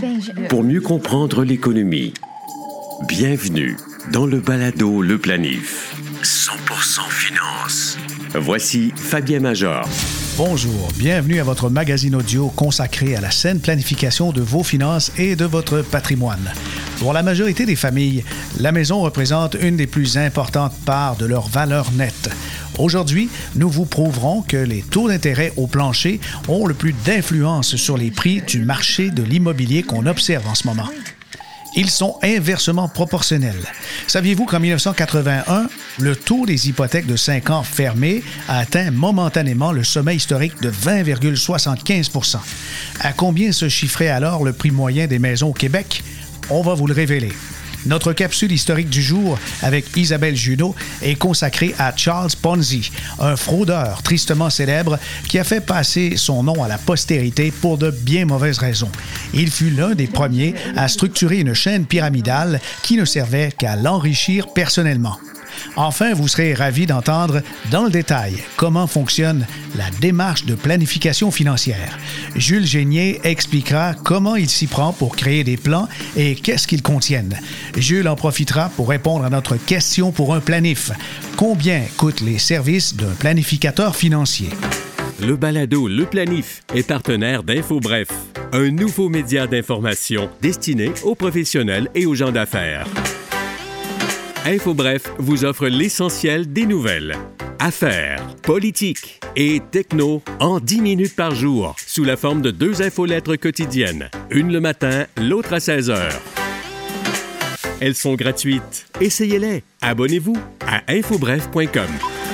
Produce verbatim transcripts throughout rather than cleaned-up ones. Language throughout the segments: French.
pour mieux comprendre l'économie. Bienvenue dans le balado Le Planif. cent pour cent finance. Voici Fabien Major. Bonjour, bienvenue à votre magazine audio consacré à la saine planification de vos finances et de votre patrimoine. Pour la majorité des familles, la maison représente une des plus importantes parts de leur valeur nette. Aujourd'hui, nous vous prouverons que les taux d'intérêt au plancher ont le plus d'influence sur les prix du marché de l'immobilier qu'on observe en ce moment. Ils sont inversement proportionnels. Saviez-vous qu'en dix-neuf cent quatre-vingt-un, le taux des hypothèques de cinq ans fermées a atteint momentanément le sommet historique de vingt virgule soixante-quinze pour cent? À combien se chiffrait alors le prix moyen des maisons au Québec? On va vous le révéler. Notre capsule historique du jour avec Isabelle Junot est consacrée à Charles Ponzi, un fraudeur tristement célèbre qui a fait passer son nom à la postérité pour de bien mauvaises raisons. Il fut l'un des premiers à structurer une chaîne pyramidale qui ne servait qu'à l'enrichir personnellement. Enfin, vous serez ravis d'entendre dans le détail comment fonctionne la démarche de planification financière. Jules Génier expliquera comment il s'y prend pour créer des plans et qu'est-ce qu'ils contiennent. Jules en profitera pour répondre à notre question pour un planif. Combien coûtent les services d'un planificateur financier? Le balado Le Planif est partenaire d'InfoBref, un nouveau média d'information destiné aux professionnels et aux gens d'affaires. InfoBref vous offre l'essentiel des nouvelles. Affaires, politique et techno en dix minutes par jour, sous la forme de deux infolettres quotidiennes, une le matin, l'autre à seize heures. Elles sont gratuites. Essayez-les. Abonnez-vous à infobref point com.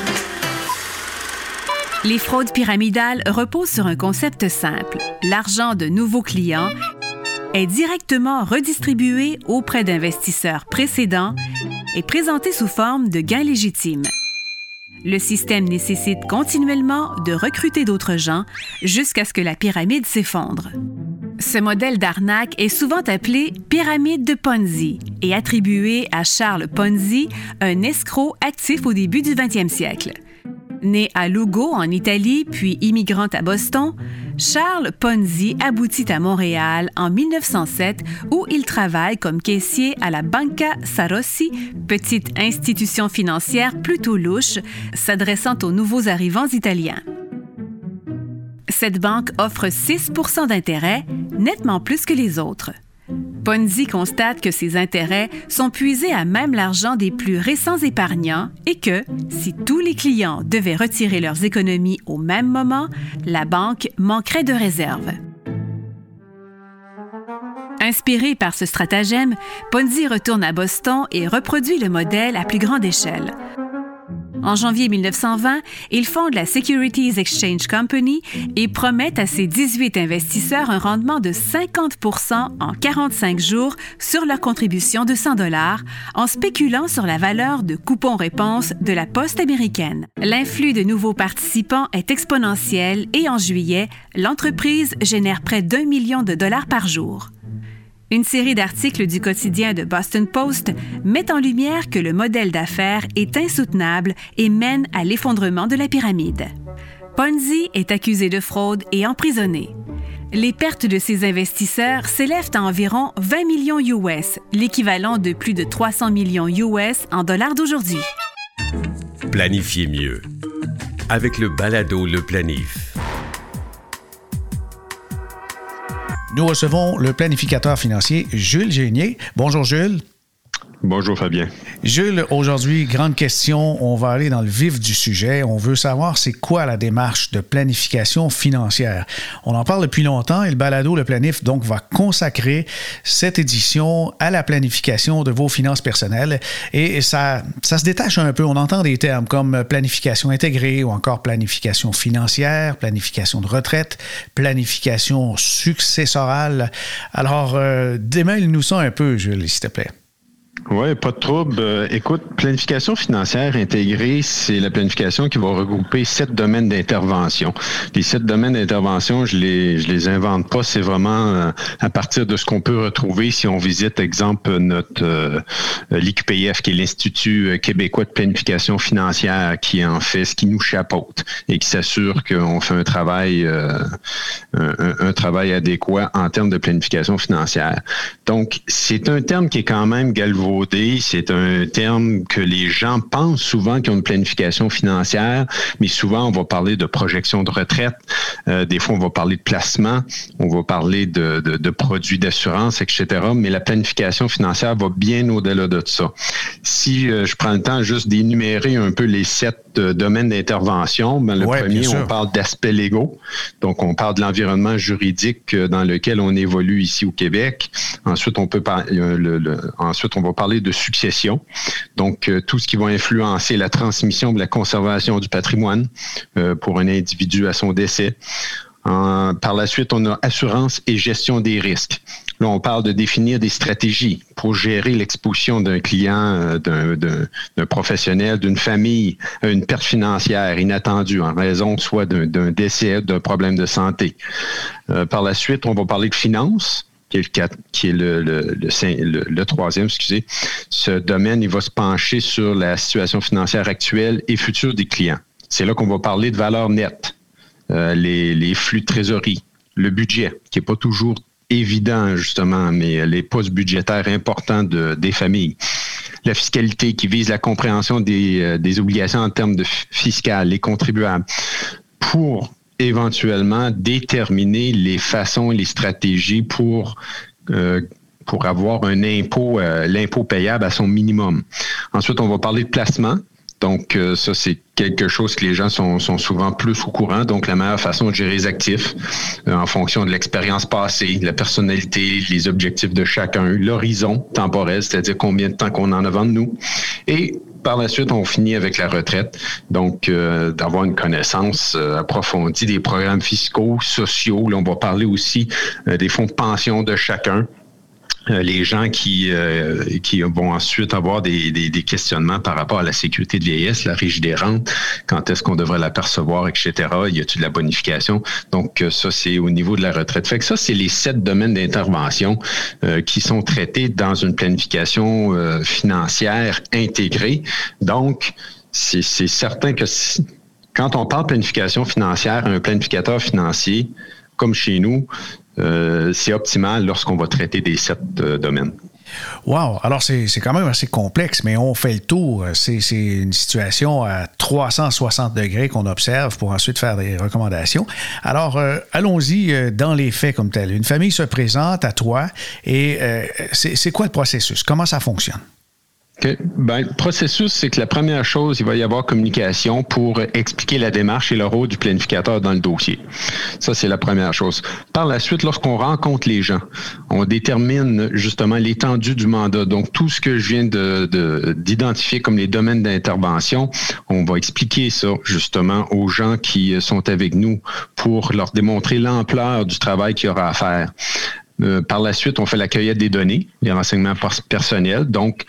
Les fraudes pyramidales reposent sur un concept simple. L'argent de nouveaux clients est directement redistribué auprès d'investisseurs précédents et présenté sous forme de gains légitimes. Le système nécessite continuellement de recruter d'autres gens jusqu'à ce que la pyramide s'effondre. Ce modèle d'arnaque est souvent appelé pyramide de Ponzi et attribué à Charles Ponzi, un escroc actif au début du vingtième siècle. Né à Lugo, en Italie, puis immigrant à Boston, Charles Ponzi aboutit à Montréal en mille neuf cent sept où il travaille comme caissier à la Banca Sarossi, petite institution financière plutôt louche, s'adressant aux nouveaux arrivants italiens. Cette banque offre six pour cent d'intérêt, nettement plus que les autres. Ponzi constate que ses intérêts sont puisés à même l'argent des plus récents épargnants et que, si tous les clients devaient retirer leurs économies au même moment, la banque manquerait de réserves. Inspiré par ce stratagème, Ponzi retourne à Boston et reproduit le modèle à plus grande échelle. En janvier mille neuf cent vingt, il fonde la Securities Exchange Company et promet à ses dix-huit investisseurs un rendement de cinquante pour cent en quarante-cinq jours sur leur contribution de cent dollars en spéculant sur la valeur de coupons-réponses de la poste américaine. L'influx de nouveaux participants est exponentiel et en juillet, l'entreprise génère près d'un million de dollars par jour. Une série d'articles du quotidien The Boston Post met en lumière que le modèle d'affaires est insoutenable et mène à l'effondrement de la pyramide. Ponzi est accusé de fraude et emprisonné. Les pertes de ses investisseurs s'élèvent à environ vingt millions U S, l'équivalent de plus de trois cents millions U S en dollars d'aujourd'hui. Planifiez mieux avec le balado Le Planif. Nous recevons le planificateur financier Jules Génier. Bonjour Jules. Bonjour Fabien. Jules, aujourd'hui, grande question, on va aller dans le vif du sujet. On veut savoir c'est quoi la démarche de planification financière. On en parle depuis longtemps et le balado Le Planif donc va consacrer cette édition à la planification de vos finances personnelles et ça, ça se détache un peu. On entend des termes comme planification intégrée ou encore planification financière, planification de retraite, planification successorale. Alors, euh, démêle-nous ça un peu, Jules, s'il te plaît. Oui, pas de trouble. Euh, écoute, planification financière intégrée, c'est la planification qui va regrouper sept domaines d'intervention. Les sept domaines d'intervention, je les je les invente pas, c'est vraiment euh, à partir de ce qu'on peut retrouver si on visite, exemple, notre euh, l'I Q P I F, qui est l'Institut québécois de planification financière, qui en fait ce qui nous chapeaute et qui s'assure qu'on fait un travail euh, un, un travail adéquat en termes de planification financière. Donc, c'est un terme qui est quand même galvaudé. C'est un terme que les gens pensent souvent qu'ils ont une planification financière, mais souvent on va parler de projection de retraite, euh, des fois on va parler de placement, on va parler de, de, de produits d'assurance, et cetera. Mais la planification financière va bien au-delà de ça. Si euh, je prends le temps juste d'énumérer un peu les sept euh, domaines d'intervention, ben, le ouais, premier, on parle d'aspects légaux. Donc, on parle de l'environnement juridique dans lequel on évolue ici au Québec. Ensuite, on peut par... le, le... ensuite on va parler de succession, donc euh, tout ce qui va influencer la transmission de la conservation du patrimoine euh, pour un individu à son décès. En, par la suite, on a assurance et gestion des risques. Là, on parle de définir des stratégies pour gérer l'exposition d'un client, euh, d'un, d'un, d'un professionnel, d'une famille à une perte financière inattendue en raison soit d'un, d'un décès, d'un problème de santé. Euh, par la suite, on va parler de finances, qui est, le, quatre, qui est le, le, le, le, le troisième, excusez. Ce domaine, il va se pencher sur la situation financière actuelle et future des clients. C'est là qu'on va parler de valeur nette, euh, les, les flux de trésorerie, le budget, qui n'est pas toujours évident, justement, mais les postes budgétaires importants de, des familles. La fiscalité, qui vise la compréhension des, euh, des obligations en termes de fiscal, les contribuables, pour éventuellement déterminer les façons et les stratégies pour, euh, pour avoir un impôt, euh, l'impôt payable à son minimum. Ensuite, on va parler de placement. Donc, euh, ça, c'est quelque chose que les gens sont, sont souvent plus au courant. Donc, la meilleure façon de gérer les actifs euh, en fonction de l'expérience passée, de la personnalité, les objectifs de chacun, l'horizon temporel, c'est-à-dire combien de temps qu'on en a devant de nous. Et par la suite, on finit avec la retraite. Donc, euh, d'avoir une connaissance euh, approfondie des programmes fiscaux, sociaux. Là, on va parler aussi euh, des fonds de pension de chacun. Euh, les gens qui euh, qui vont ensuite avoir des, des, des questionnements par rapport à la sécurité de vieillesse, la régie des rentes, quand est-ce qu'on devrait la percevoir, et cetera. Y a-t-il de la bonification? Donc, euh, ça, c'est au niveau de la retraite. Fait que ça, c'est les sept domaines d'intervention euh, qui sont traités dans une planification euh, financière intégrée. Donc, c'est, c'est certain que si, quand on parle de planification financière, un planificateur financier, comme chez nous, Euh, c'est optimal lorsqu'on va traiter des sept euh, domaines. Wow! Alors, c'est, c'est quand même assez complexe, mais on fait le tour. C'est, c'est une situation à trois cent soixante degrés qu'on observe pour ensuite faire des recommandations. Alors, euh, allons-y euh, dans les faits comme tel. Une famille se présente à toi et euh, c'est, c'est quoi le processus? Comment ça fonctionne? Okay. Ben, le processus, c'est que la première chose, il va y avoir communication pour expliquer la démarche et le rôle du planificateur dans le dossier. Ça, c'est la première chose. Par la suite, lorsqu'on rencontre les gens, on détermine justement l'étendue du mandat. Donc, tout ce que je viens de, de, d'identifier comme les domaines d'intervention, on va expliquer ça justement aux gens qui sont avec nous pour leur démontrer l'ampleur du travail qu'il y aura à faire. Euh, par la suite, on fait la cueillette des données, les renseignements personnels. Donc,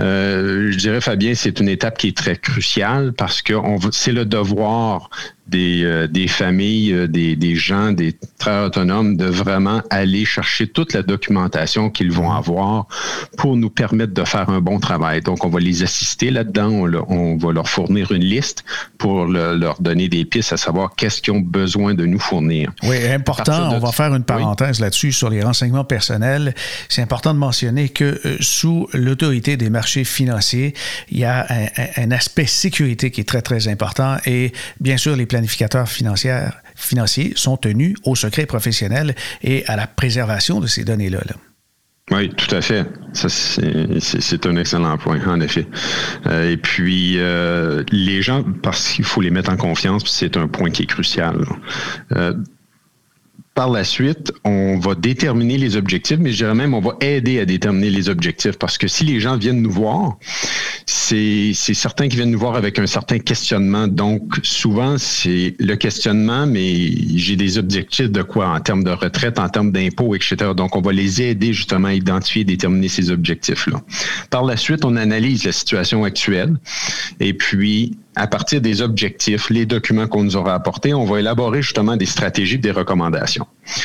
euh, je dirais, Fabien, c'est une étape qui est très cruciale parce que on, c'est le devoir des, euh, des familles, euh, des, des gens, des travailleurs autonomes de vraiment aller chercher toute la documentation qu'ils vont avoir pour nous permettre de faire un bon travail. Donc, on va les assister là-dedans. On, le, on va leur fournir une liste pour le, leur donner des pistes à savoir qu'est-ce qu'ils ont besoin de nous fournir. Oui, important. On va faire une parenthèse oui. là-dessus sur les renseignements personnels. C'est important de mentionner que euh, sous l'autorité des marchés financiers, il y a un, un, un aspect sécurité qui est très, très important et bien sûr, les planificateurs financiers, financiers sont tenus au secret professionnel et à la préservation de ces données-là. Là. Oui, tout à fait. Ça, c'est, c'est, c'est un excellent point, en effet. Euh, et puis, euh, les gens, parce qu'il faut les mettre en confiance, c'est un point qui est crucial. Euh, Par la suite, on va déterminer les objectifs, mais je dirais même on va aider à déterminer les objectifs parce que si les gens viennent nous voir, c'est, c'est certains qui viennent nous voir avec un certain questionnement. Donc, souvent, c'est le questionnement, mais j'ai des objectifs de quoi en termes de retraite, en termes d'impôts, et cetera. Donc, on va les aider justement à identifier et déterminer ces objectifs-là. Par la suite, on analyse la situation actuelle et puis, à partir des objectifs, les documents qu'on nous aura apportés, on va élaborer justement des stratégies, des recommandations.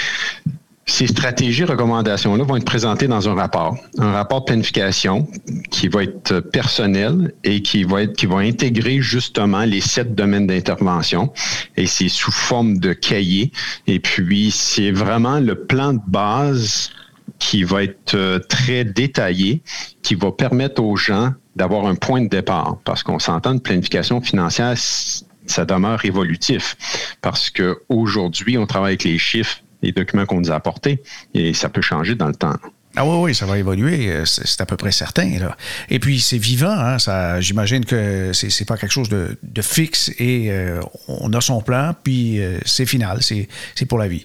Ces stratégies, recommandations-là vont être présentées dans un rapport, un rapport de planification qui va être personnel et qui va être, qui va intégrer justement les sept domaines d'intervention. Et c'est sous forme de cahier. Et puis, c'est vraiment le plan de base qui va être très détaillé, qui va permettre aux gens d'avoir un point de départ. Parce qu'on s'entend, de planification financière, ça demeure évolutif. Parce qu'aujourd'hui, on travaille avec les chiffres, les documents qu'on nous a apportés, et ça peut changer dans le temps. Ah oui, oui, ça va évoluer, c'est, c'est à peu près certain, là. Et puis, c'est vivant, hein, ça, j'imagine que c'est, c'est pas quelque chose de, de fixe et euh, on a son plan, puis euh, c'est final, c'est, c'est pour la vie.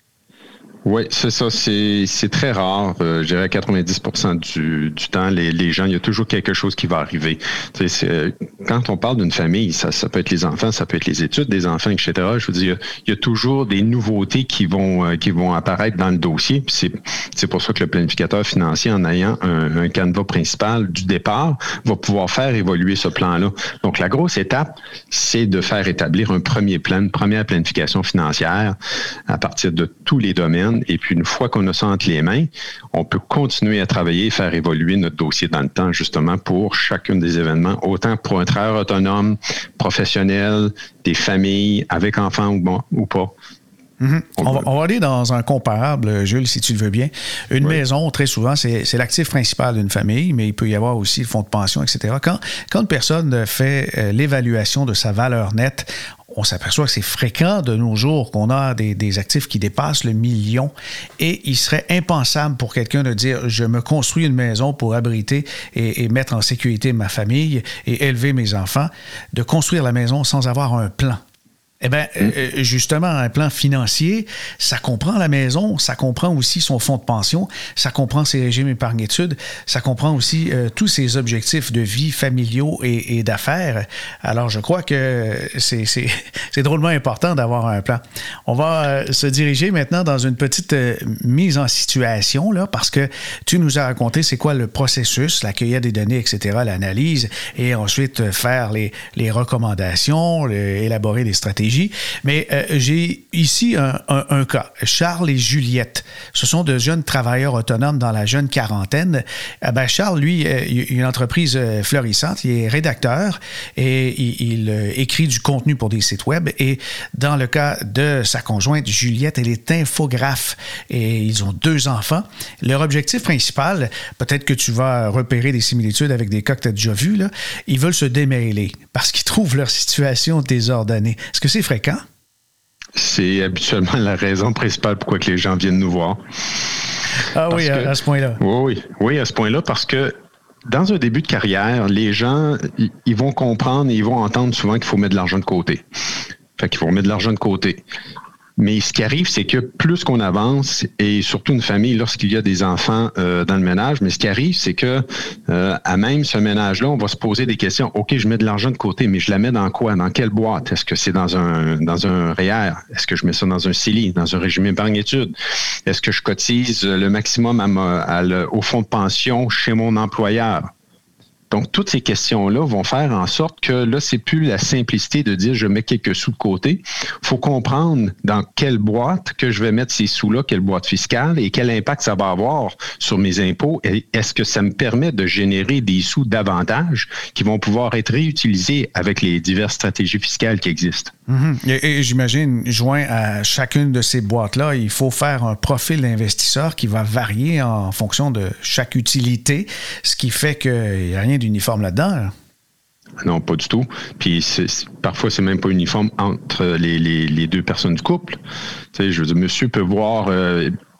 Oui, c'est ça. C'est, c'est très rare. Euh, je dirais quatre-vingt-dix pour cent du, du temps, les, les gens, il y a toujours quelque chose qui va arriver. Tu sais, c'est, quand on parle d'une famille, ça, ça peut être les enfants, ça peut être les études des enfants, et cetera. Je veux dire, il y a toujours des nouveautés qui vont euh, qui vont apparaître dans le dossier. Puis c'est, c'est pour ça que le planificateur financier, en ayant un, un canevas principal du départ, va pouvoir faire évoluer ce plan-là. Donc, la grosse étape, c'est de faire établir un premier plan, une première planification financière à partir de tous les domaines. Et puis, une fois qu'on a ça entre les mains, on peut continuer à travailler et faire évoluer notre dossier dans le temps, justement, pour chacun des événements, autant pour un travailleur autonome, professionnel, des familles, avec enfants ou, bon, ou pas. Mm-hmm. On, va, on va aller dans un comparable, Jules, si tu le veux bien. Une oui. maison, très souvent, c'est, c'est l'actif principal d'une famille, mais il peut y avoir aussi le fonds de pension, et cetera. Quand, quand une personne fait euh, l'évaluation de sa valeur nette, on s'aperçoit que c'est fréquent de nos jours qu'on a des, des actifs qui dépassent le million et il serait impensable pour quelqu'un de dire « je me construis une maison pour abriter et, et mettre en sécurité ma famille et élever mes enfants », de construire la maison sans avoir un plan. Eh bien, euh, justement, un plan financier, ça comprend la maison, ça comprend aussi son fonds de pension, ça comprend ses régimes épargne-études, ça comprend aussi euh, tous ses objectifs de vie familiaux et, et d'affaires. Alors, je crois que c'est, c'est, c'est drôlement important d'avoir un plan. On va euh, se diriger maintenant dans une petite euh, mise en situation, là, parce que tu nous as raconté c'est quoi le processus, la cueillette des données, et cetera, l'analyse, et ensuite euh, faire les, les recommandations, les, élaborer des stratégies. Mais euh, j'ai ici un, un, un cas. Charles et Juliette, ce sont de jeunes travailleurs autonomes dans la jeune quarantaine. Eh ben Charles, lui, euh, il a une entreprise euh, florissante. Il est rédacteur et il, il euh, écrit du contenu pour des sites web. Et dans le cas de sa conjointe, Juliette, elle est infographe et ils ont deux enfants. Leur objectif principal, peut-être que tu vas repérer des similitudes avec des cas que tu as déjà vus, là, ils veulent se démêler parce qu'ils trouvent leur situation désordonnée. Est-ce que c'est fréquent? C'est habituellement la raison principale pourquoi que les gens viennent nous voir. Ah oui, à, que, à ce point-là. Oui, oui, oui, à ce point-là, parce que dans un début de carrière, les gens, ils vont comprendre et ils vont entendre souvent qu'il faut mettre de l'argent de côté. Fait qu'il faut mettre de l'argent de côté. Mais ce qui arrive, c'est que plus qu'on avance, et surtout une famille, lorsqu'il y a des enfants euh, dans le ménage, mais ce qui arrive, c'est que euh, à même ce ménage-là, on va se poser des questions. OK, je mets de l'argent de côté, mais je la mets dans quoi? Dans quelle boîte? Est-ce que c'est dans un dans un R E E R? Est-ce que je mets ça dans un C E L I, dans un régime épargne-études? Est-ce que je cotise le maximum à ma, à le, au fonds de pension chez mon employeur? Donc, toutes ces questions-là vont faire en sorte que là, c'est plus la simplicité de dire je mets quelques sous de côté. Il faut comprendre dans quelle boîte que je vais mettre ces sous-là, quelle boîte fiscale et quel impact ça va avoir sur mes impôts. Et est-ce que ça me permet de générer des sous davantage qui vont pouvoir être réutilisés avec les diverses stratégies fiscales qui existent? Mm-hmm. Et, et j'imagine, joint à chacune de ces boîtes-là, il faut faire un profil d'investisseur qui va varier en fonction de chaque utilité, ce qui fait qu'il n'y a rien d'uniforme là-dedans. Là. Non, pas du tout. Puis c'est, parfois, c'est même pas uniforme entre les, les, les deux personnes du couple. Tu sais, je veux dire, monsieur peut voir... Euh,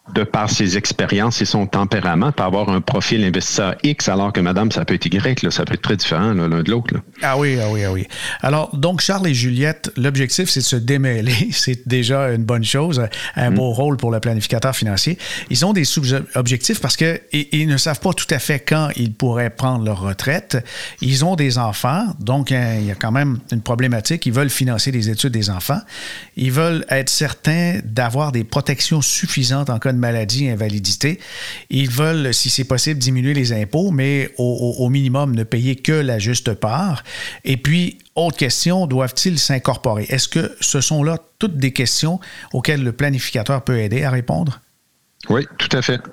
de par ses expériences et son tempérament, peut avoir un profil investisseur X, alors que madame, ça peut être Y, là, ça peut être très différent là, l'un de l'autre. Là. Ah oui, ah oui, ah oui. Alors, donc, Charles et Juliette, l'objectif, c'est de se démêler. C'est déjà une bonne chose, un mmh. beau rôle pour le planificateur financier. Ils ont des sous-objectifs parce qu'ils ils ne savent pas tout à fait quand ils pourraient prendre leur retraite. Ils ont des enfants, donc il y a quand même une problématique. Ils veulent financer les études des enfants. Ils veulent être certains d'avoir des protections suffisantes en cas de maladie et invalidité. Ils veulent, si c'est possible, diminuer les impôts, mais au, au, au minimum, ne payer que la juste part. Et puis, autre question, doivent-ils s'incorporer? Est-ce que ce sont là toutes des questions auxquelles le planificateur peut aider à répondre? Oui, tout à fait.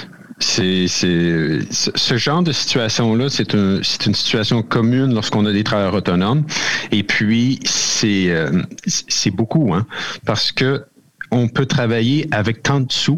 C'est, c'est, ce genre de situation-là, c'est, un, c'est une situation commune lorsqu'on a des travailleurs autonomes. Et puis, c'est, euh, c'est beaucoup, hein, parce que on peut travailler avec tant de sous.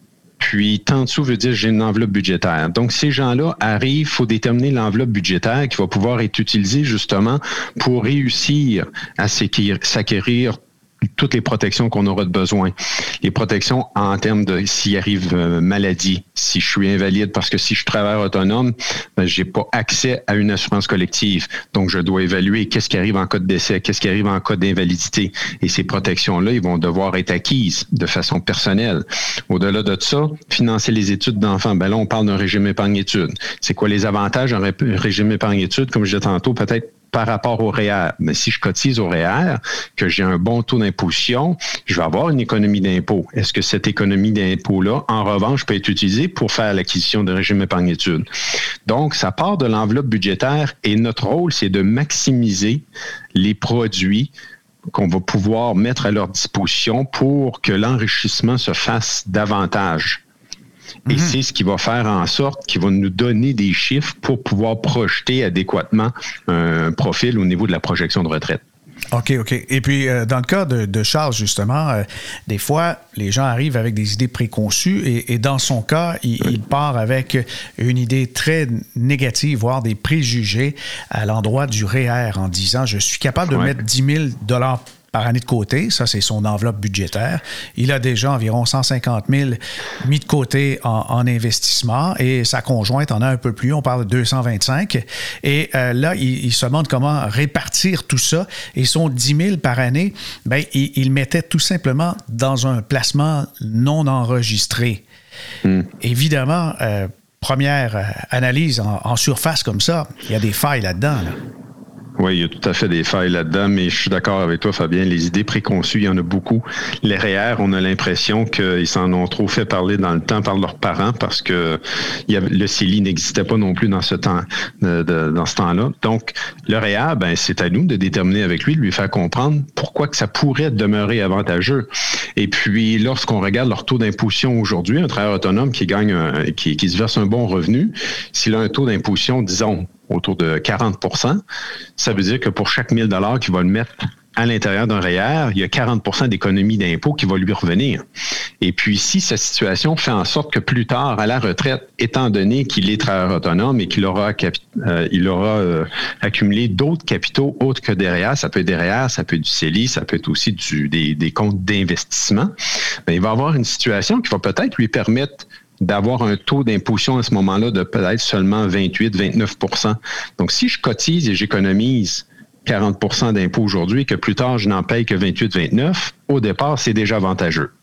Puis, tant de sous veut dire j'ai une enveloppe budgétaire. Donc, ces gens-là arrivent, il faut déterminer l'enveloppe budgétaire qui va pouvoir être utilisée justement pour réussir à s'acquérir toutes les protections qu'on aura de besoin. Les protections en termes de s'il arrive euh, maladie, si je suis invalide, parce que si je suis travailleur autonome, ben, j'ai pas accès à une assurance collective. Donc, je dois évaluer qu'est-ce qui arrive en cas de décès, qu'est-ce qui arrive en cas d'invalidité. Et ces protections-là, ils vont devoir être acquises de façon personnelle. Au-delà de ça, financer les études d'enfants. Ben là, on parle d'un régime épargne-études. C'est quoi les avantages d'un régime épargne-études? Comme je disais tantôt, peut-être par rapport au R E E R. Mais si je cotise au R E E R, que j'ai un bon taux d'imposition, je vais avoir une économie d'impôt. Est-ce que cette économie d'impôt-là, en revanche, peut être utilisée pour faire l'acquisition de régime épargne-études? Donc, ça part de l'enveloppe budgétaire et notre rôle, c'est de maximiser les produits qu'on va pouvoir mettre à leur disposition pour que l'enrichissement se fasse davantage. Et mm-hmm. c'est ce qui va faire en sorte qu'il va nous donner des chiffres pour pouvoir projeter adéquatement un profil au niveau de la projection de retraite. OK, OK. Et puis, euh, dans le cas de, de Charles, justement, euh, des fois, les gens arrivent avec des idées préconçues et, et dans son cas, il, oui. il part avec une idée très négative, voire des préjugés à l'endroit du R E E R en disant « Je suis capable de oui. mettre dix mille dollars par année de côté, ça c'est son enveloppe budgétaire. Il a déjà environ cent cinquante mille mis de côté en, en investissement et sa conjointe en a un peu plus, on parle de deux cent vingt-cinq. Et euh, là, il, il se demande comment répartir tout ça. Et son dix mille par année, ben, il, il mettait tout simplement dans un placement non enregistré. Mm. Évidemment, euh, première analyse en, en surface comme ça, il y a des failles là-dedans, là. Oui, il y a tout à fait des failles là-dedans, mais je suis d'accord avec toi, Fabien. Les idées préconçues, il y en a beaucoup. Les R E E R, on a l'impression qu'ils s'en ont trop fait parler dans le temps par leurs parents parce que il y avait, le C E L I n'existait pas non plus dans ce temps, de, de, dans ce temps-là. Donc, le R E E R, ben, c'est à nous de déterminer avec lui, de lui faire comprendre pourquoi que ça pourrait demeurer avantageux. Et puis, lorsqu'on regarde leur taux d'imposition aujourd'hui, un travailleur autonome qui gagne, un, qui, qui se verse un bon revenu, s'il a un taux d'imposition, disons, autour de quarante pour cent, ça veut dire que pour chaque mille dollars qu'il va le mettre à l'intérieur d'un R E E R, il y a quarante pour cent d'économie d'impôt qui va lui revenir. Et puis, si cette situation fait en sorte que plus tard, à la retraite, étant donné qu'il est travailleur autonome et qu'il aura, capi- euh, il aura euh, accumulé d'autres capitaux autres que des R E E R, ça peut être des R E E R, ça peut être du C E L I, ça peut être aussi du, des, des comptes d'investissement, bien, il va avoir une situation qui va peut-être lui permettre d'avoir un taux d'imposition à ce moment-là de peut-être seulement vingt-huit à vingt-neuf pour cent. Donc, si je cotise et j'économise quarante pour cent d'impôts aujourd'hui et que plus tard, je n'en paye que vingt-huit à vingt-neuf, au départ, c'est déjà avantageux.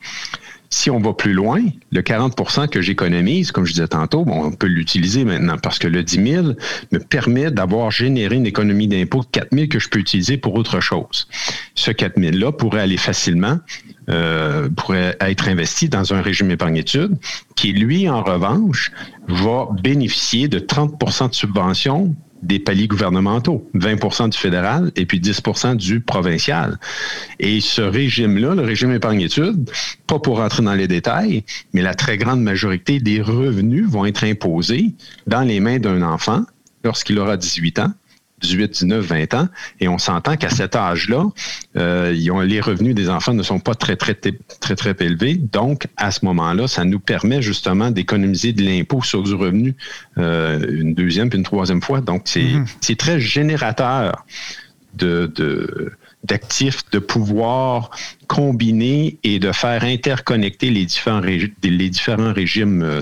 Si on va plus loin, le quarante pour cent que j'économise, comme je disais tantôt, bon, on peut l'utiliser maintenant parce que le dix mille me permet d'avoir généré une économie d'impôt de quatre mille que je peux utiliser pour autre chose. Ce quatre mille-là pourrait aller facilement, euh, pourrait être investi dans un régime épargne-études qui, lui, en revanche, va bénéficier de trente pour cent de subventions des paliers gouvernementaux, vingt pour cent du fédéral et puis dix pour cent du provincial. Et ce régime-là, le régime épargne-études, pas pour rentrer dans les détails, mais la très grande majorité des revenus vont être imposés dans les mains d'un enfant lorsqu'il aura dix-huit ans, dix-huit, dix-neuf, vingt ans, et on s'entend qu'à cet âge-là, euh, ils ont, les revenus des enfants ne sont pas très, très, très, très, très élevés. Donc, à ce moment-là, ça nous permet justement d'économiser de l'impôt sur du revenu euh, une deuxième puis une troisième fois. Donc, c'est, mm-hmm. c'est très générateur de, de, d'actifs, de pouvoir combiner et de faire interconnecter les différents, régi- les différents régimes euh,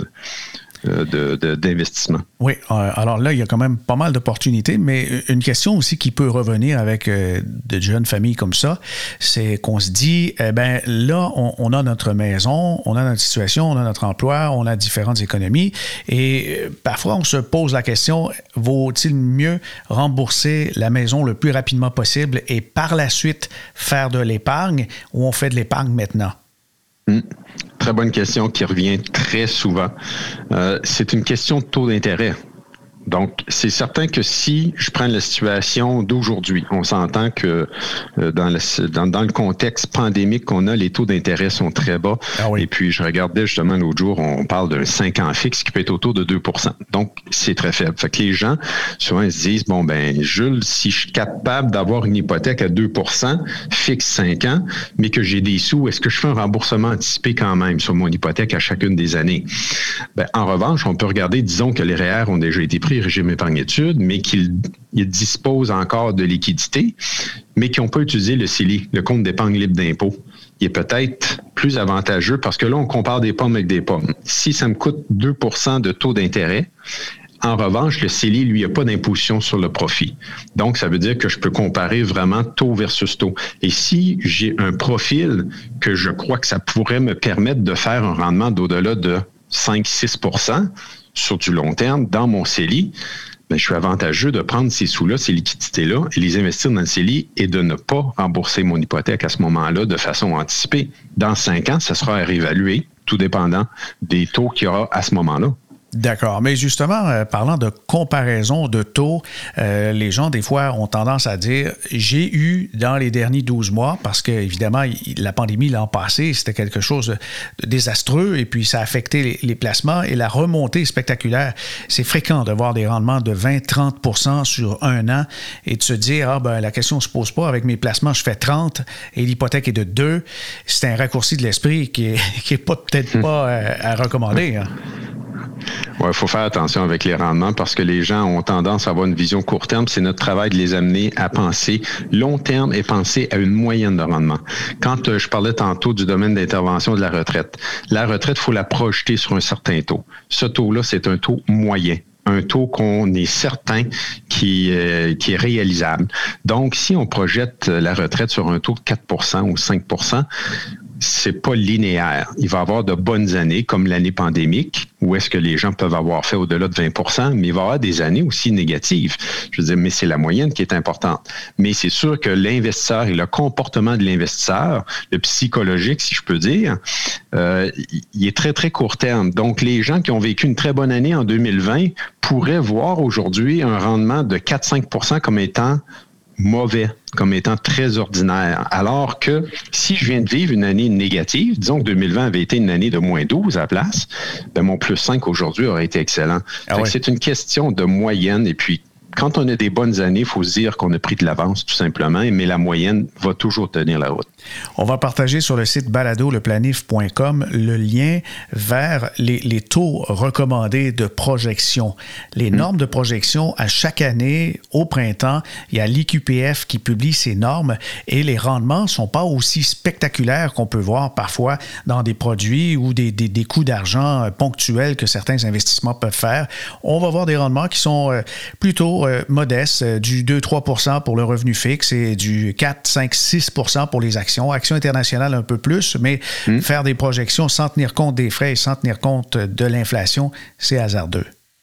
De, de, d'investissement. Oui, alors là, il y a quand même pas mal d'opportunités, mais une question aussi qui peut revenir avec euh, de jeunes familles comme ça, c'est qu'on se dit, eh bien là, on, on a notre maison, on a notre situation, on a notre emploi, on a différentes économies, et euh, parfois on se pose la question, vaut-il mieux rembourser la maison le plus rapidement possible et par la suite faire de l'épargne, ou on fait de l'épargne maintenant? Mmh. Très bonne question qui revient très souvent. Euh, c'est une question de taux d'intérêt. Donc, c'est certain que si je prends la situation d'aujourd'hui, on s'entend que euh, dans, le, dans, dans le contexte pandémique qu'on a, les taux d'intérêt sont très bas. Ah oui. Et puis, je regardais justement l'autre jour, on parle d'un cinq ans fixe qui peut être autour de deux pour cent. Donc, c'est très faible. Fait que les gens, souvent, ils se disent, bon, ben, Jules, si je suis capable d'avoir une hypothèque à deux pour cent, fixe cinq ans, mais que j'ai des sous, est-ce que je fais un remboursement anticipé quand même sur mon hypothèque à chacune des années? Ben, en revanche, on peut regarder, disons que les R E E R ont déjà été pris, régime épargne-études, mais qu'ils ils disposent encore de liquidités, mais qui n'ont pas utilisé le C E L I, le compte d'épargne libre d'impôt. Il est peut-être plus avantageux parce que là, on compare des pommes avec des pommes. Si ça me coûte deux pour cent de taux d'intérêt, en revanche, le C E L I, lui, n'a pas d'imposition sur le profit. Donc, ça veut dire que je peux comparer vraiment taux versus taux. Et si j'ai un profil que je crois que ça pourrait me permettre de faire un rendement d'au-delà de cinq à six pour cent, sur du long terme, dans mon C E L I, bien, je suis avantageux de prendre ces sous-là, ces liquidités-là, et les investir dans le C E L I et de ne pas rembourser mon hypothèque à ce moment-là de façon anticipée. Dans cinq ans, ça sera à réévaluer, tout dépendant des taux qu'il y aura à ce moment-là. D'accord. Mais justement, euh, parlant de comparaison de taux, euh, les gens, des fois, ont tendance à dire « j'ai eu dans les derniers douze mois », parce que évidemment, il, la pandémie l'an passé, c'était quelque chose de, de désastreux et puis ça a affecté les, les placements et la remontée spectaculaire. C'est fréquent de voir des rendements de vingt à trente pour cent sur un an et de se dire « ah ben la question ne se pose pas, avec mes placements, je fais trente et l'hypothèque est de deux ». C'est un raccourci de l'esprit qui est, qui est pas, peut-être pas euh, à recommander. Hein. Oui, il faut faire attention avec les rendements parce que les gens ont tendance à avoir une vision court terme. C'est notre travail de les amener à penser long terme et penser à une moyenne de rendement. Quand euh, je parlais tantôt du domaine d'intervention de la retraite, la retraite, il faut la projeter sur un certain taux. Ce taux-là, c'est un taux moyen. Un taux qu'on est certain qui, euh, qui est réalisable. Donc, si on projette la retraite sur un taux de quatre pour cent ou cinq pour cent, c'est pas linéaire. Il va y avoir de bonnes années, comme l'année pandémique, où est-ce que les gens peuvent avoir fait au-delà de vingt pour cent, mais il va y avoir des années aussi négatives. Je veux dire, mais c'est la moyenne qui est importante. Mais c'est sûr que l'investisseur et le comportement de l'investisseur, le psychologique, si je peux dire, euh, il est très, très court terme. Donc, les gens qui ont vécu une très bonne année en deux mille vingt pourraient voir aujourd'hui un rendement de quatre à cinq pour cent comme étant mauvais, comme étant très ordinaire. Alors que si je viens de vivre une année négative, disons que deux mille vingt avait été une année de moins douze à la place, ben mon plus cinq aujourd'hui aurait été excellent. Ah ouais. C'est une question de moyenne et puis quand on a des bonnes années, il faut se dire qu'on a pris de l'avance tout simplement, mais la moyenne va toujours tenir la route. On va partager sur le site balado le planif point com le lien vers les, les taux recommandés de projection. Les mmh. normes de projection, à chaque année, au printemps, il y a l'I Q P F qui publie ces normes et les rendements ne sont pas aussi spectaculaires qu'on peut voir parfois dans des produits ou des, des, des coûts d'argent ponctuels que certains investissements peuvent faire. On va voir des rendements qui sont plutôt euh, modestes, du deux à trois pour cent pour le revenu fixe et du quatre, cinq, six pour cent pour les actions. Actions internationales un peu plus, mais mmh. faire des projections sans tenir compte des frais et sans tenir compte de l'inflation, c'est hasardeux.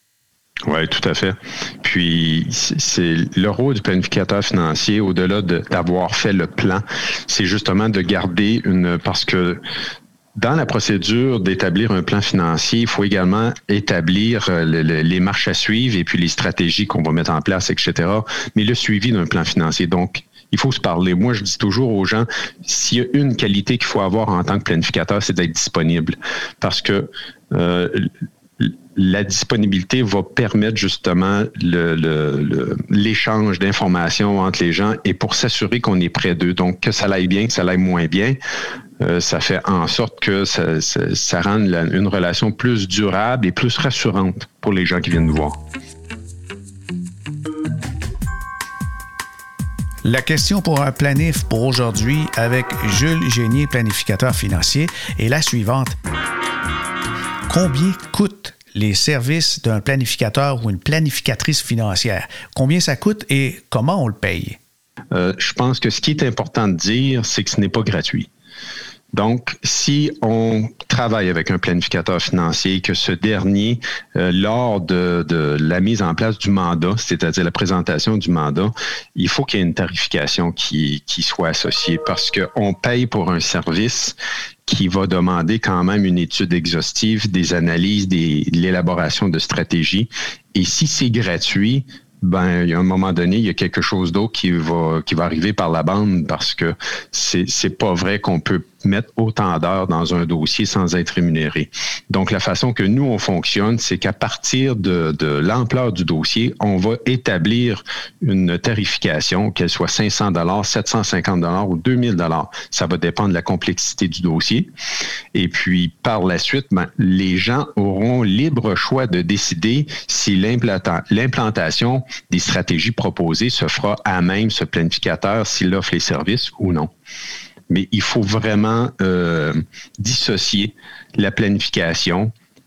Oui, tout à fait. Puis, c'est le rôle du planificateur financier, au-delà de, d'avoir fait le plan, c'est justement de garder une... Parce que dans la procédure d'établir un plan financier, il faut également établir le, le, les marches à suivre et puis les stratégies qu'on va mettre en place, et cetera. Mais le suivi d'un plan financier. Donc, il faut se parler. Moi, je dis toujours aux gens, s'il y a une qualité qu'il faut avoir en tant que planificateur, c'est d'être disponible. Parce que euh, la disponibilité va permettre justement le, le, le, l'échange d'informations entre les gens et pour s'assurer qu'on est près d'eux. Donc, que ça aille bien, que ça aille moins bien, euh, ça fait en sorte que ça, ça, ça rend la, une relation plus durable et plus rassurante pour les gens qui viennent nous voir. La question pour un planif pour aujourd'hui avec Jules Génier, planificateur financier, est la suivante. Combien coûtent les services d'un planificateur ou une planificatrice financière? Combien ça coûte et comment on le paye? Euh, je pense que ce qui est important de dire, c'est que ce n'est pas gratuit. Donc, si on travaille avec un planificateur financier, que ce dernier, euh, lors de, de la mise en place du mandat, c'est-à-dire la présentation du mandat, il faut qu'il y ait une tarification qui, qui soit associée parce qu'on paye pour un service qui va demander quand même une étude exhaustive, des analyses, des, de l'élaboration de stratégies. Et si c'est gratuit, ben, il y a un moment donné, il y a quelque chose d'autre qui va, qui va arriver par la bande parce que c'est, c'est pas vrai qu'on peut mettre autant d'heures dans un dossier sans être rémunéré. Donc, la façon que nous, on fonctionne, c'est qu'à partir de, de l'ampleur du dossier, on va établir une tarification, qu'elle soit cinq cents dollars, sept cent cinquante dollars ou deux mille dollars. Ça va dépendre de la complexité du dossier. Et puis, par la suite, ben, les gens auront libre choix de décider si l'implanta- l'implantation des stratégies proposées se fera à même ce planificateur, s'il offre les services ou non. Mais il faut vraiment euh, dissocier la planification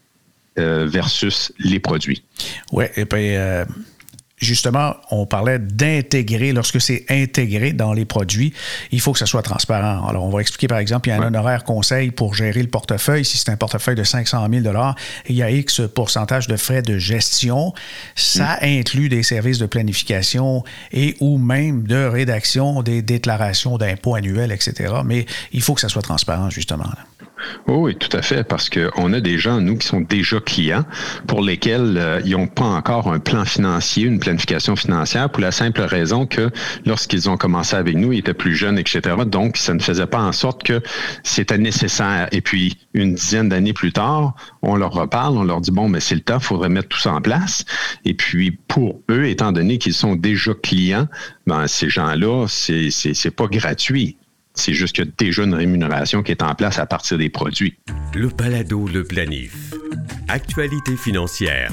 euh, versus les produits. Oui, et puis euh, justement, on parlait d'intégrer. Lorsque c'est intégré dans les produits, il faut que ça soit transparent. Alors, on va expliquer, par exemple, il y a un ouais. honoraire conseil pour gérer le portefeuille. Si c'est un portefeuille de cinq cent mille dollars, il y a X pourcentage de frais de gestion. Ça mmh. inclut des services de planification et ou même de rédaction des déclarations d'impôts annuels, et cetera. Mais il faut que ça soit transparent, justement. Là. Oh oui, tout à fait, parce qu'on a des gens, nous, qui sont déjà clients, pour lesquels euh, ils n'ont pas encore un plan financier, une planification financière, pour la simple raison que lorsqu'ils ont commencé avec nous, ils étaient plus jeunes, et cetera. Donc, ça ne faisait pas en sorte que c'était nécessaire. Et puis, une dizaine d'années plus tard, on leur reparle, on leur dit, bon, mais c'est le temps, il faudrait mettre tout ça en place. Et puis, pour eux, étant donné qu'ils sont déjà clients, ben, ces gens-là, c'est, c'est, c'est pas gratuit. C'est juste qu'il y a déjà une rémunération qui est en place à partir des produits. Le balado, le planif. Actualité financière.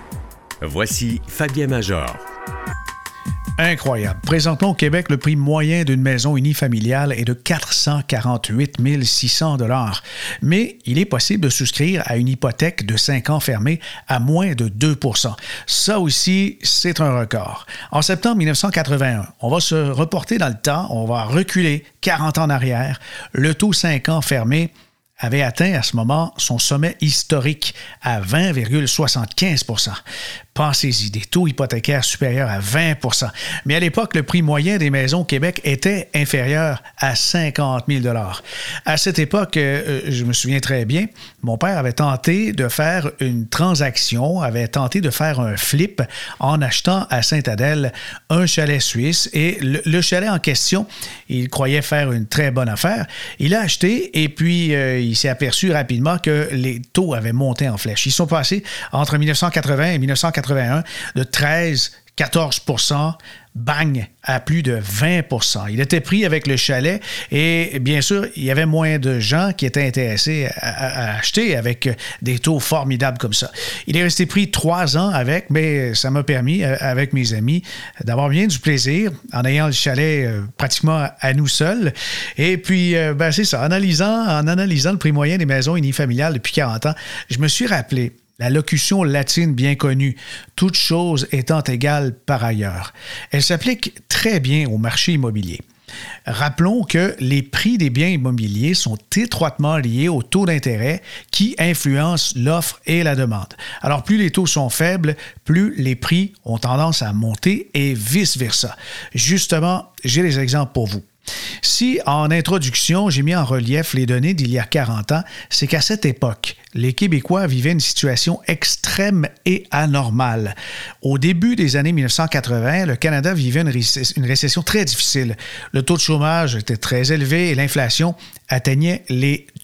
Voici Fabien Major. Incroyable. Présentement au Québec, le prix moyen d'une maison unifamiliale est de quatre cent quarante-huit mille six cents dollars. Mais il est possible de souscrire à une hypothèque de cinq ans fermée à moins de deux pour cent. Ça aussi, c'est un record. En septembre dix-neuf cent quatre-vingt-un, on va se reporter dans le temps, on va reculer quarante ans en arrière. Le taux cinq ans fermé avait atteint à ce moment son sommet historique à vingt virgule soixante-quinze pour cent. Pensez-y, des taux hypothécaires supérieurs à vingt pour cent. Mais à l'époque, le prix moyen des maisons au Québec était inférieur à cinquante mille dollars. À cette époque, euh, je me souviens très bien, mon père avait tenté de faire une transaction, avait tenté de faire un flip en achetant à Sainte-Adèle un chalet suisse. Et le, le chalet en question, il croyait faire une très bonne affaire. Il a acheté et puis euh, il s'est aperçu rapidement que les taux avaient monté en flèche. Ils sont passés entre dix-neuf cent quatre-vingts et dix-neuf cent quatre-vingt-un de treize à quatorze pour cent, bang, à plus de vingt pour cent. Il était pris avec le chalet et bien sûr, il y avait moins de gens qui étaient intéressés à, à acheter avec des taux formidables comme ça. Il est resté pris trois ans avec, mais ça m'a permis, avec mes amis, d'avoir bien du plaisir en ayant le chalet pratiquement à nous seuls. Et puis, ben, c'est ça, en analysant, en analysant le prix moyen des maisons unifamiliales depuis quarante ans, je me suis rappelé la locution latine bien connue, « toute chose étant égale par ailleurs ». Elle s'applique très bien au marché immobilier. Rappelons que les prix des biens immobiliers sont étroitement liés au taux d'intérêt qui influence l'offre et la demande. Alors, plus les taux sont faibles, plus les prix ont tendance à monter et vice-versa. Justement, j'ai des exemples pour vous. Si, en introduction, j'ai mis en relief les données d'il y a quarante ans, c'est qu'à cette époque, les Québécois vivaient une situation extrême et anormale. Au début des années dix-neuf cent quatre-vingts, le Canada vivait une, récession, une récession très difficile. Le taux de chômage était très élevé et l'inflation atteignait les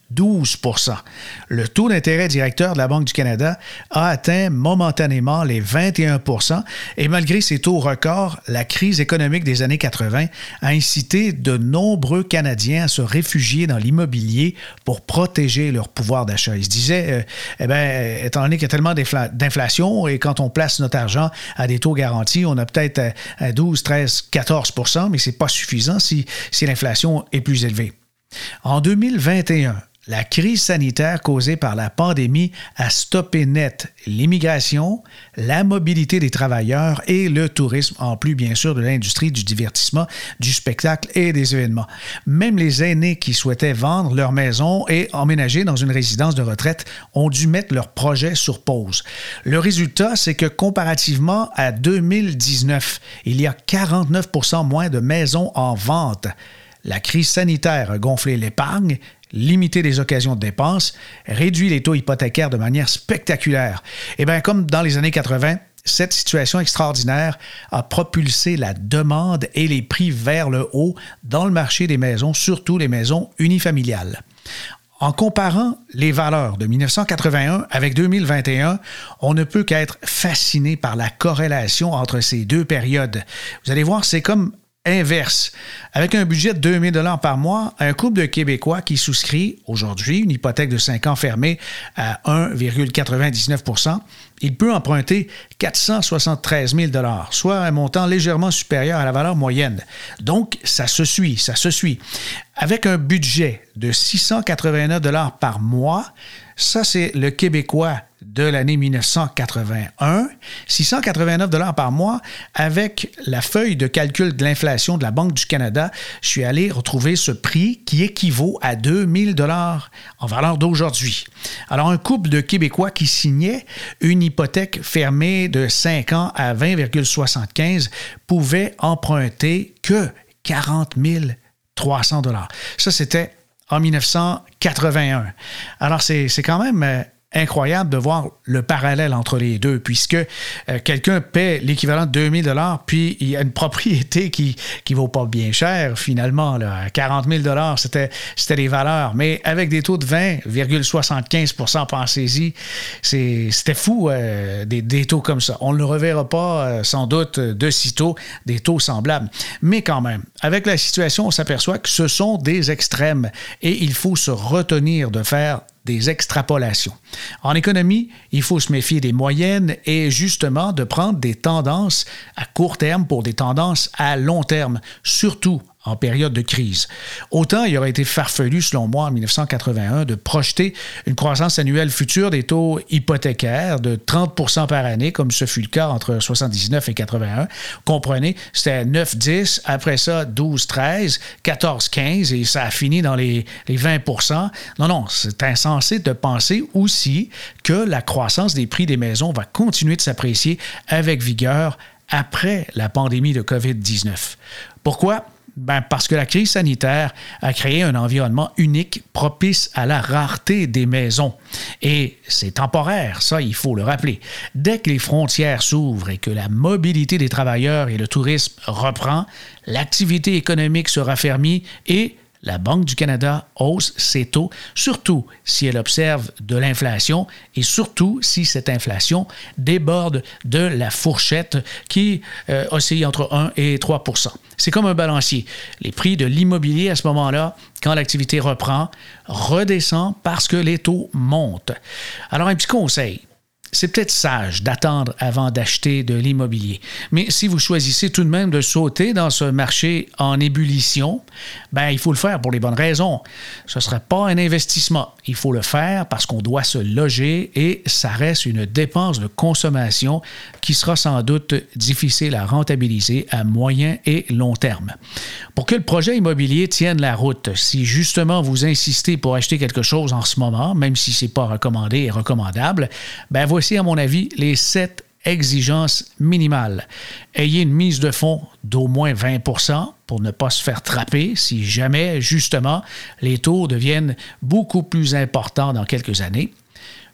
douze pour cent. Le taux d'intérêt directeur de la Banque du Canada a atteint momentanément les vingt et un pour cent et malgré ces taux records, la crise économique des années quatre-vingt a incité de nombreux Canadiens à se réfugier dans l'immobilier pour protéger leur pouvoir d'achat. Ils se disaient, euh, eh bien, étant donné qu'il y a tellement d'inflation et quand on place notre argent à des taux garantis, on a peut-être à douze, treize, quatorze pour cent, mais ce n'est pas suffisant si, si l'inflation est plus élevée. En deux mille vingt et un, la crise sanitaire causée par la pandémie a stoppé net l'immigration, la mobilité des travailleurs et le tourisme, en plus bien sûr de l'industrie du divertissement, du spectacle et des événements. Même les aînés qui souhaitaient vendre leur maison et emménager dans une résidence de retraite ont dû mettre leur projet sur pause. Le résultat, c'est que comparativement à deux mille dix-neuf, il y a quarante-neuf pour cent moins de maisons en vente. La crise sanitaire a gonflé l'épargne, limité les occasions de dépenses, réduit les taux hypothécaires de manière spectaculaire. Et bien, comme dans les années quatre-vingt, cette situation extraordinaire a propulsé la demande et les prix vers le haut dans le marché des maisons, surtout les maisons unifamiliales. En comparant les valeurs de dix-neuf cent quatre-vingt-un avec deux mille vingt et un, on ne peut qu'être fasciné par la corrélation entre ces deux périodes. Vous allez voir, c'est comme inverse. Avec un budget de deux mille dollars par mois, un couple de Québécois qui souscrit aujourd'hui une hypothèque de cinq ans fermée à un virgule quatre-vingt-dix-neuf pour cent, il peut emprunter quatre cent soixante-treize mille dollars, soit un montant légèrement supérieur à la valeur moyenne. Donc, ça se suit, ça se suit. Avec un budget de six cent quatre-vingt-neuf dollars par mois, ça, c'est le Québécois de l'année dix-neuf cent quatre-vingt-un, six cent quatre-vingt-neuf dollars par mois. Avec la feuille de calcul de l'inflation de la Banque du Canada, je suis allé retrouver ce prix qui équivaut à deux mille dollars en valeur d'aujourd'hui. Alors, un couple de Québécois qui signait une hypothèque fermée de cinq ans à vingt virgule soixante-quinze pouvait emprunter que quarante mille trois cents dollars. Ça, c'était en dix-neuf cent quatre-vingt-un. Alors, c'est, c'est quand même euh, incroyable de voir le parallèle entre les deux, puisque euh, quelqu'un paie l'équivalent de deux mille dollars, puis il y a une propriété qui qui vaut pas bien cher, finalement. Là, quarante mille dollars, c'était, c'était les valeurs. Mais avec des taux de vingt virgule soixante-quinze pour cent, pensez-y, c'est, c'était fou, euh, des, des taux comme ça. On ne le reverra pas, euh, sans doute, de sitôt, des taux semblables. Mais quand même, avec la situation, on s'aperçoit que ce sont des extrêmes et il faut se retenir de faire des extrapolations. En économie, il faut se méfier des moyennes et justement de prendre des tendances à court terme pour des tendances à long terme, surtout en période de crise. Autant il aurait été farfelu, selon moi, en dix-neuf cent quatre-vingt-un, de projeter une croissance annuelle future des taux hypothécaires de trente pour cent par année, comme ce fut le cas entre soixante-dix-neuf et quatre-vingt-un. Comprenez, c'était neuf dix, après ça douze treize, quatorze quinze, et ça a fini dans les, les vingt pour cent. Non, non, c'est insensé de penser aussi que la croissance des prix des maisons va continuer de s'apprécier avec vigueur après la pandémie de covid dix-neuf. Pourquoi? Ben parce que la crise sanitaire a créé un environnement unique propice à la rareté des maisons. Et c'est temporaire, ça, il faut le rappeler. Dès que les frontières s'ouvrent et que la mobilité des travailleurs et le tourisme reprend, l'activité économique se raffermit et la Banque du Canada hausse ses taux, surtout si elle observe de l'inflation et surtout si cette inflation déborde de la fourchette qui euh, oscille entre un et trois pour cent. C'est comme un balancier. Les prix de l'immobilier à ce moment-là, quand l'activité reprend, redescend parce que les taux montent. Alors, un petit conseil. C'est peut-être sage d'attendre avant d'acheter de l'immobilier. Mais si vous choisissez tout de même de sauter dans ce marché en ébullition, ben il faut le faire pour les bonnes raisons. Ce ne serait pas un investissement. Il faut le faire parce qu'on doit se loger et ça reste une dépense de consommation qui sera sans doute difficile à rentabiliser à moyen et long terme. Pour que le projet immobilier tienne la route, si justement vous insistez pour acheter quelque chose en ce moment, même si ce n'est pas recommandé et recommandable, ben voici, à mon avis, les sept exigences minimales. Ayez une mise de fonds d'au moins vingt pour cent pour ne pas se faire trapper si jamais, justement, les taux deviennent beaucoup plus importants dans quelques années.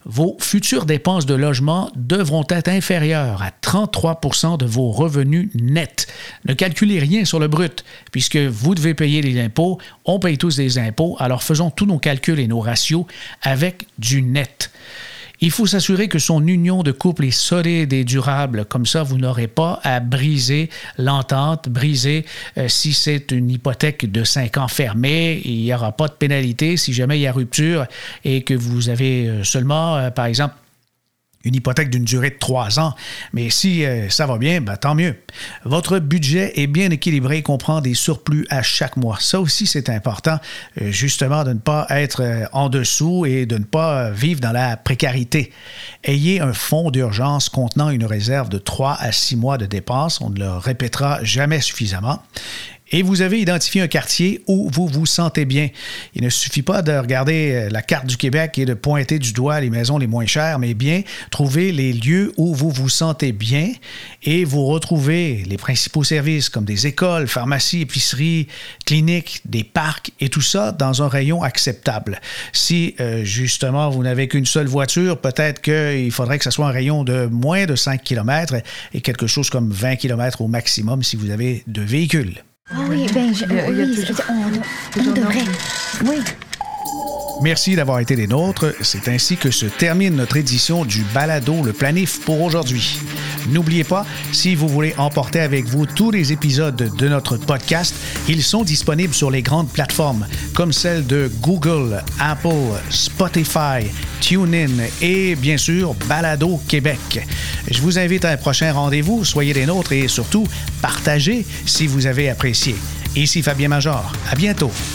Vos futures dépenses de logement devront être inférieures à trente-trois pour cent de vos revenus nets. Ne calculez rien sur le brut, puisque vous devez payer les impôts, on paye tous des impôts, alors faisons tous nos calculs et nos ratios avec du net. Il faut s'assurer que son union de couple est solide et durable. Comme ça, vous n'aurez pas à briser l'entente, briser euh, si c'est une hypothèque de cinq ans fermée. Il n'y aura pas de pénalité si jamais il y a rupture et que vous avez seulement, euh, par exemple, une hypothèque d'une durée de trois ans. Mais si euh, ça va bien, ben, tant mieux. Votre budget est bien équilibré et comprend des surplus à chaque mois. Ça aussi, c'est important, euh, justement, de ne pas être euh, en dessous et de ne pas euh, vivre dans la précarité. Ayez un fonds d'urgence contenant une réserve de trois à six mois de dépenses. On ne le répétera jamais suffisamment. Et vous avez identifié un quartier où vous vous sentez bien. Il ne suffit pas de regarder la carte du Québec et de pointer du doigt les maisons les moins chères, mais bien trouver les lieux où vous vous sentez bien et vous retrouvez les principaux services comme des écoles, pharmacies, épiceries, cliniques, des parcs et tout ça dans un rayon acceptable. Si, euh, justement, vous n'avez qu'une seule voiture, peut-être qu'il faudrait que ce soit un rayon de moins de cinq kilomètres et quelque chose comme vingt kilomètres au maximum si vous avez deux véhicules. Oh oui, ben, je, oui, oui on, on devrait. Oui. Merci d'avoir été des nôtres. C'est ainsi que se termine notre édition du Balado Le Planif pour aujourd'hui. N'oubliez pas, si vous voulez emporter avec vous tous les épisodes de notre podcast, ils sont disponibles sur les grandes plateformes comme celles de Google, Apple, Spotify, TuneIn et bien sûr Balado Québec. Je vous invite à un prochain rendez-vous. Soyez des nôtres et surtout, partagez si vous avez apprécié. Ici Fabien Major. À bientôt.